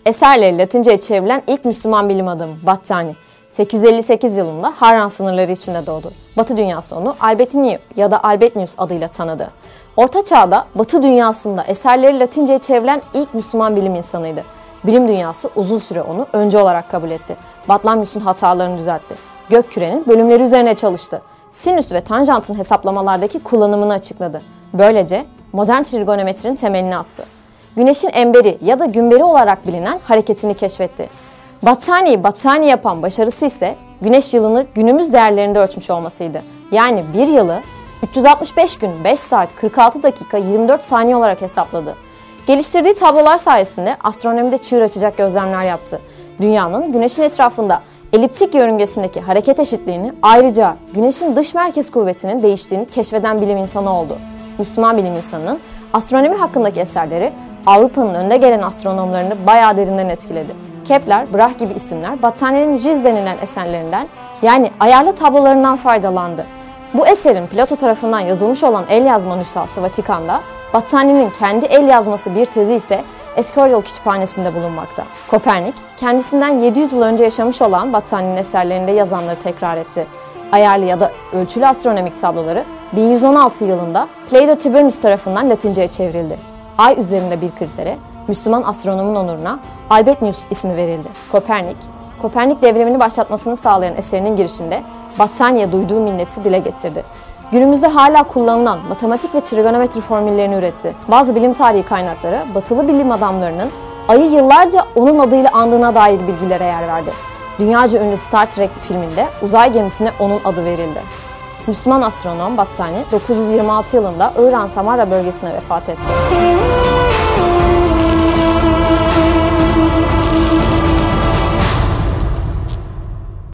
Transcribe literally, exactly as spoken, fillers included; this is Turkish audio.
Eserleri Latinceye çevrilen ilk Müslüman bilim adamı Battani, sekiz yüz elli sekiz yılında Harran sınırları içinde doğdu. Batı dünyası onu Albertinio ya da Albetnius adıyla tanıdı. Orta Çağ'da Batı dünyasında eserleri Latinceye çevrilen ilk Müslüman bilim insanıydı. Bilim dünyası uzun süre onu öncü olarak kabul etti. Batlamyus'un hatalarını düzeltti. Gökkürenin bölümleri üzerine çalıştı. Sinüs ve tanjantın hesaplamalardaki kullanımını açıkladı. Böylece modern trigonometrinin temelini attı. Güneşin emberi ya da gümberi olarak bilinen hareketini keşfetti. Battani'yi Battani yapan başarısı ise güneş yılını günümüz değerlerinde ölçmüş olmasıydı. Yani bir yılı üç yüz altmış beş gün beş saat kırk altı dakika yirmi dört saniye olarak hesapladı. Geliştirdiği tablolar sayesinde astronomide çığır açacak gözlemler yaptı. Dünyanın güneşin etrafında eliptik yörüngesindeki hareket eşitliğini, ayrıca güneşin dış merkez kuvvetinin değiştiğini keşfeden bilim insanı oldu. Müslüman bilim insanının astronomi hakkındaki eserleri Avrupa'nın önde gelen astronomlarını bayağı derinden etkiledi. Kepler, Brach gibi isimler Battani'nin Jiz denilen eserlerinden, yani ayarlı tablolarından faydalandı. Bu eserin Plato tarafından yazılmış olan el yazma nüshası Vatikan'da, Battani'nin kendi el yazması bir tezi ise Escorial Kütüphanesi'nde bulunmakta. Kopernik, kendisinden yedi yüz yıl önce yaşamış olan Battani'nin eserlerinde yazanları tekrar etti. Ayarlı ya da ölçülü astronomik tabloları bin yüz on altı yılında Plaido Tiberinus tarafından Latinceye çevrildi. Ay üzerinde bir kritere, Müslüman astronomun onuruna Albetnius ismi verildi. Kopernik, Kopernik devrimini başlatmasını sağlayan eserinin girişinde Battani'ye duyduğu minneti dile getirdi. Günümüzde hala kullanılan matematik ve trigonometri formüllerini üretti. Bazı bilim tarihi kaynakları, batılı bilim adamlarının Ay'ı yıllarca onun adıyla andığına dair bilgilere yer verdi. Dünyaca ünlü Star Trek filminde uzay gemisine onun adı verildi. Müslüman astronom Battani dokuz yüz yirmi altı yılında İran Samara bölgesine vefat etti.